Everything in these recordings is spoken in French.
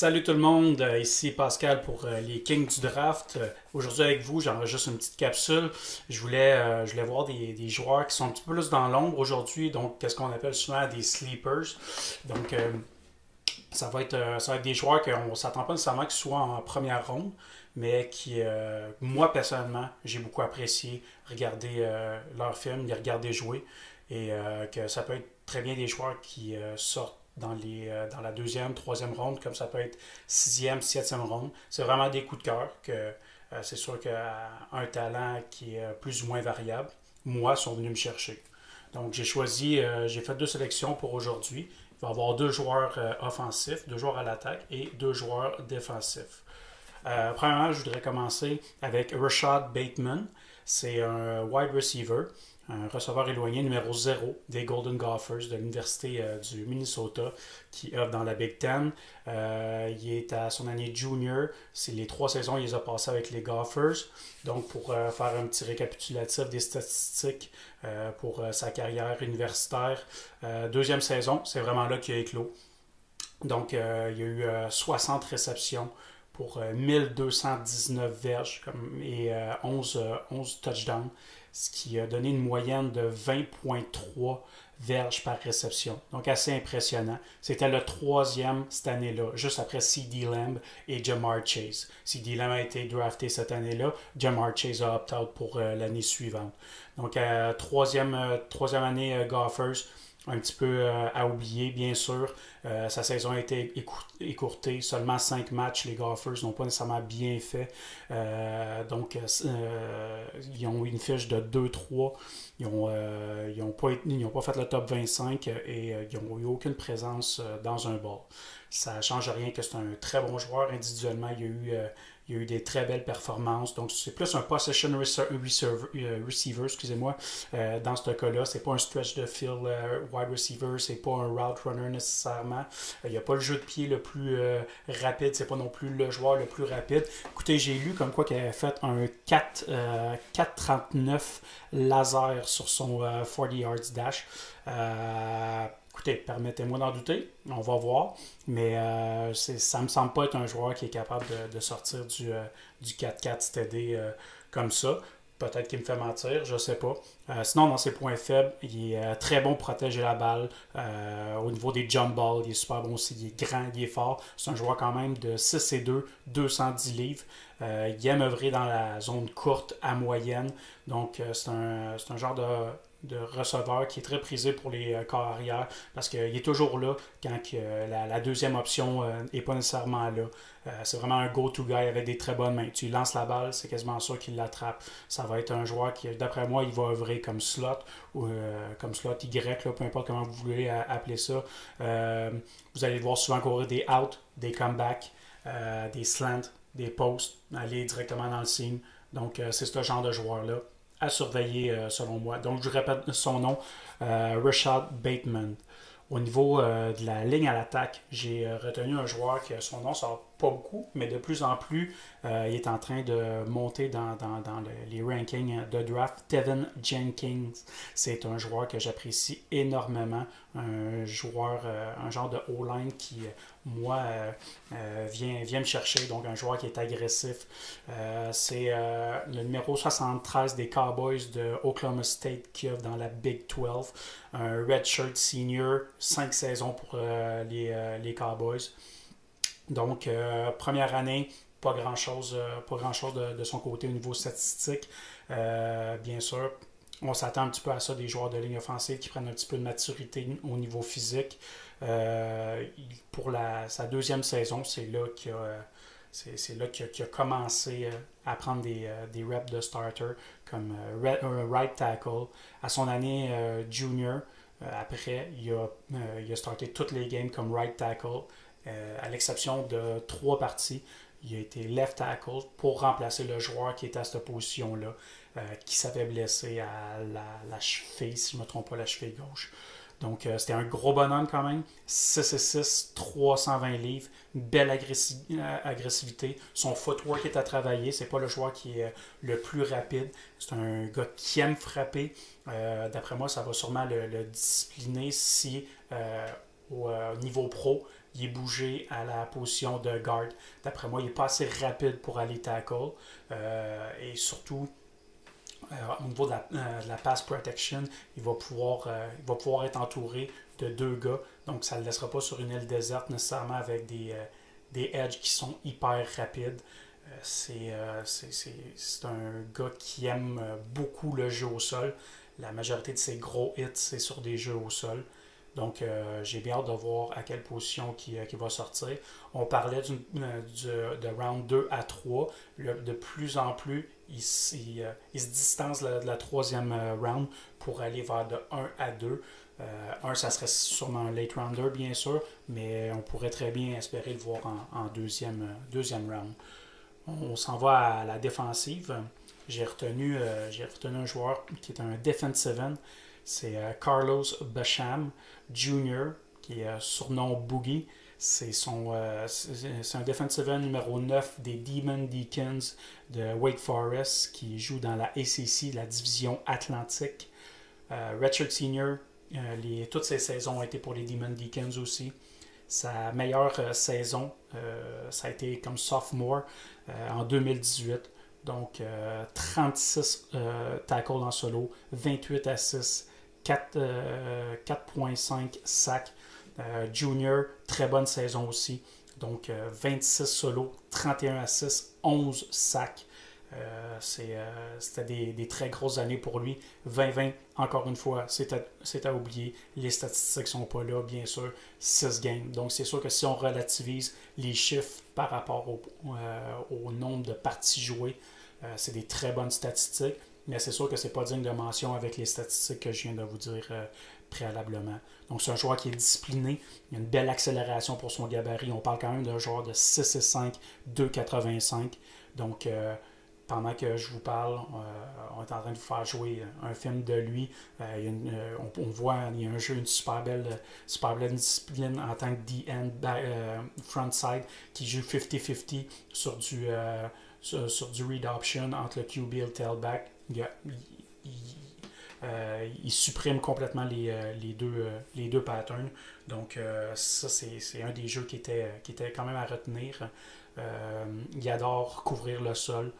Salut tout le monde, ici Pascal pour les Kings du Draft. Aujourd'hui avec vous, j'enregistre une petite capsule. Je voulais voir des joueurs qui sont un petit peu plus dans l'ombre aujourd'hui, donc qu'est-ce qu'on appelle souvent des sleepers. Donc ça va être des joueurs qu'on ne s'attend pas nécessairement qu'ils soient en première ronde, mais qui, moi personnellement, j'ai beaucoup apprécié regarder leurs films, les regarder jouer, et que ça peut être très bien des joueurs qui sortent dans la deuxième, troisième ronde, comme ça peut être sixième, septième ronde. C'est vraiment des coups de cœur que c'est sûr qu'un talent qui est plus ou moins variable, moi, sont venus me chercher. Donc j'ai fait deux sélections pour aujourd'hui. Il va y avoir deux joueurs offensifs, deux joueurs à l'attaque et deux joueurs défensifs. Premièrement, je voudrais commencer avec Rashad Bateman. C'est un wide receiver, un receveur éloigné numéro 0 des Golden Gophers de l'Université du Minnesota qui œuvre dans la Big Ten. Il est à son année junior. C'est les 3 saisons qu'il a passées avec les Gophers. Donc, pour faire un petit récapitulatif des statistiques pour sa carrière universitaire, deuxième saison, c'est vraiment là qu'il a éclos. Donc, il y a eu 60 réceptions pour 1219 verges et 11 touchdowns, ce qui a donné une moyenne de 20,3 verges par réception. Donc, assez impressionnant. C'était le troisième cette année-là, juste après C.D. Lamb et Jamar Chase. C.D. Lamb a été drafté cette année-là. Jamar Chase a opt-out pour l'année suivante. Donc, troisième année Gophers, un petit peu à oublier, bien sûr. Sa saison a été écourtée. Seulement 5 matchs. Les Gophers n'ont pas nécessairement bien fait. Ils ont eu une fiche de 2-3. Ils n'ont pas fait le top 25 et ils n'ont eu aucune présence dans un ball. Ça ne change rien que c'est un très bon joueur. Individuellement, il y a eu des très belles performances. Donc, c'est plus un possession receiver, excusez-moi, dans ce cas-là. C'est pas un stretch de field wide receiver, c'est pas un route runner nécessairement. Il n'y a pas le jeu de pied le plus rapide, c'est pas non plus le joueur le plus rapide. Écoutez, j'ai lu comme quoi qu'il avait fait un 4,39 laser sur son 40 yards dash. Écoutez, permettez-moi d'en douter, on va voir, mais ça ne me semble pas être un joueur qui est capable de sortir du 4-4 steady comme ça. Peut-être qu'il me fait mentir, je ne sais pas. Sinon, dans ses points faibles, il est très bon pour protéger la balle. Au niveau des jump balls, il est super bon aussi. Il est grand, il est fort. C'est un joueur quand même de 6 et 2, 210 livres. Il aime œuvrer dans la zone courte à moyenne. Donc, c'est un genre de receveur qui est très prisé pour les corps arrière parce qu'il est toujours là quand la deuxième option n'est pas nécessairement là. C'est vraiment un go-to guy avec des très bonnes mains. Tu lances la balle, c'est quasiment sûr qu'il l'attrape. Ça va être un joueur qui, d'après moi, il va œuvrer comme slot ou comme slot Y, là, peu importe comment vous voulez appeler ça. Vous allez le voir souvent courir des outs, des comebacks, des slants, des posts, aller directement dans le seam. Donc, c'est ce genre de joueur-là à surveiller selon moi. Donc, je répète son nom, Rashad Bateman. Au niveau de la ligne à l'attaque, j'ai retenu un joueur que son nom sort pas beaucoup, mais de plus en plus, il est en train de monter dans les rankings de draft. Tevin Jenkins, c'est un joueur que j'apprécie énormément, un genre de O-line qui, moi, vient me chercher, donc un joueur qui est agressif. C'est le numéro 73 des Cowboys de Oklahoma State qui œuvre dans la Big 12, un redshirt senior, 5 saisons pour les Cowboys. Donc, première année, pas grand-chose de son côté au niveau statistique. Bien sûr, on s'attend un petit peu à ça des joueurs de ligne offensive qui prennent un petit peu de maturité au niveau physique. Pour sa deuxième saison, c'est là qu'il a commencé à prendre des reps de starter comme right tackle. À son année junior, après, il a starté toutes les games comme right tackle. À l'exception de 3 parties, il a été left tackle pour remplacer le joueur qui était à cette position-là, qui s'avait blessé à la cheville, si je ne me trompe pas, la cheville gauche. Donc, c'était un gros bonhomme quand même. 6 et 6, 320 livres, belle agressivité. Son footwork est à travailler. C'est pas le joueur qui est le plus rapide. C'est un gars qui aime frapper. D'après moi, ça va sûrement le discipliner si au niveau pro, il est bougé à la position de guard. D'après moi, il n'est pas assez rapide pour aller tackle. Et surtout, au niveau de la pass protection, il va pouvoir être entouré de deux gars. Donc, ça ne le laissera pas sur une île déserte nécessairement avec des edges qui sont hyper rapides. C'est un gars qui aime beaucoup le jeu au sol. La majorité de ses gros hits, c'est sur des jeux au sol. Donc, j'ai bien hâte de voir à quelle position qui va sortir. On parlait de round 2 à 3. De plus en plus, il se distance de la troisième round pour aller vers de 1 à 2. Ça serait sûrement un late rounder, bien sûr, mais on pourrait très bien espérer le voir en deuxième round. On s'en va à la défensive. J'ai retenu un joueur qui est un defensive end. C'est Carlos Basham Jr., qui est surnom Boogie. C'est un defensive end numéro 9 des Demon Deacons de Wake Forest qui joue dans la ACC, la division Atlantique. Richard Senior, toutes ses saisons ont été pour les Demon Deacons aussi. Sa meilleure saison, ça a été comme sophomore en 2018. Donc, 36 tackles en solo, 28 assists, 4.5 sacs. Junior, très bonne saison aussi. Donc, 26 solos, 31 assists, 11 sacs. C'était des très grosses années pour lui. 2020, encore une fois, c'est à oublier. Les statistiques ne sont pas là, bien sûr. 6 games. Donc, c'est sûr que si on relativise les chiffres par rapport au nombre de parties jouées, c'est des très bonnes statistiques. Mais c'est sûr que c'est pas digne de mention avec les statistiques que je viens de vous dire préalablement. Donc, c'est un joueur qui est discipliné. Il a une belle accélération pour son gabarit. On parle quand même d'un joueur de 6'5", 2'85". Donc, pendant que je vous parle, on est en train de vous faire jouer un film de lui. On voit il y a une super belle discipline en tant que D-end frontside qui joue 50-50 sur du read option entre le QB et le tailback. Il supprime complètement les deux patterns. Donc, ça, c'est un des jeux qui était quand même à retenir. Il adore couvrir le sol.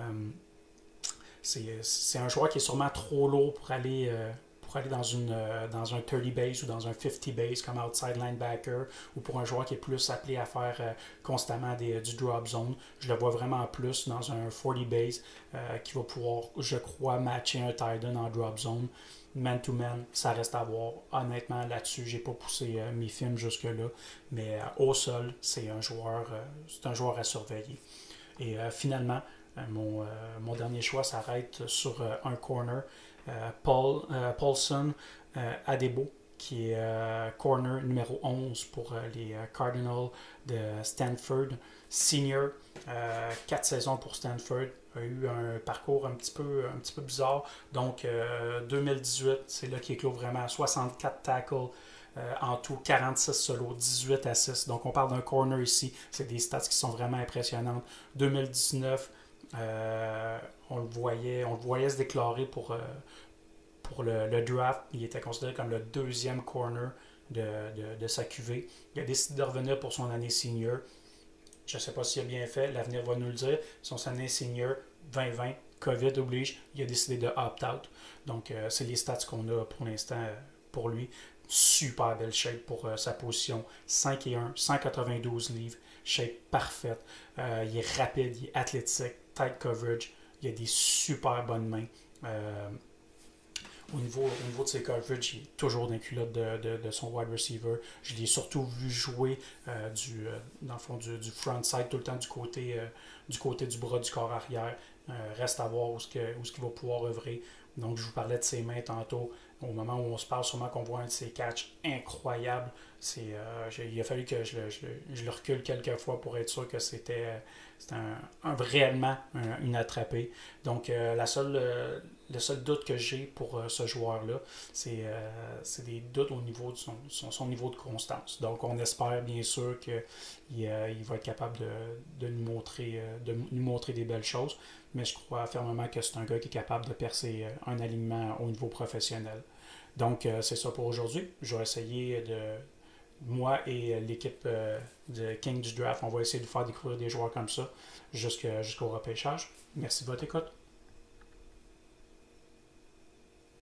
C'est un joueur qui est sûrement trop lourd pour aller dans un 30 base ou dans un 50 base comme outside linebacker ou pour un joueur qui est plus appelé à faire constamment du drop zone. Je le vois vraiment plus dans un 40 base qui va pouvoir, je crois, matcher un tight end en drop zone. Man-to-man, ça reste à voir. Honnêtement, là-dessus, j'ai pas poussé mes films jusque-là. Mais au sol, c'est un joueur à surveiller. Et finalement, mon dernier choix s'arrête sur un corner. Paulson Adebo, qui est corner numéro 11 pour les Cardinals de Stanford. Senior, 4 saisons pour Stanford, a eu un parcours un petit peu bizarre. Donc, 2018, c'est là qu'il éclot vraiment 64 tackles. En tout, 46 solos, 18 assists. Donc, on parle d'un corner ici. C'est des stats qui sont vraiment impressionnantes. 2019, on le voyait se déclarer pour le draft. Il était considéré comme le deuxième corner de sa QV. Il a décidé de revenir pour son année senior. Je ne sais pas s'il a bien fait, l'avenir va nous le dire. Son année senior 2020, COVID oblige, il a décidé de opt-out. Donc, c'est les stats qu'on a pour l'instant pour lui. Super belle shape pour sa position. 5'1", 192 livres, shape parfaite. Il est rapide, il est athlétique, tight coverage. Il a des super bonnes mains. Au niveau de ses coverages, il est toujours dans les culottes de son wide receiver. Je l'ai surtout vu jouer dans le fond du front side, tout le temps du côté du bras du corps arrière. Reste à voir où ce qu'il va pouvoir œuvrer. Donc, je vous parlais de ses mains tantôt. Au moment où on se parle, sûrement qu'on voit un de ses catchs incroyables. Il a fallu que je le recule quelques fois pour être sûr que c'était réellement une attrapée. Donc, le seul doute que j'ai pour ce joueur-là, c'est des doutes au niveau de son niveau de constance. Donc, on espère bien sûr qu'il va être capable de nous montrer des belles choses. Mais je crois fermement que c'est un gars qui est capable de percer un alignement au niveau professionnel. Donc, c'est ça pour aujourd'hui. Je vais essayer moi et l'équipe de King du Draft, on va essayer de faire découvrir des joueurs comme ça jusqu'au repêchage. Merci de votre écoute.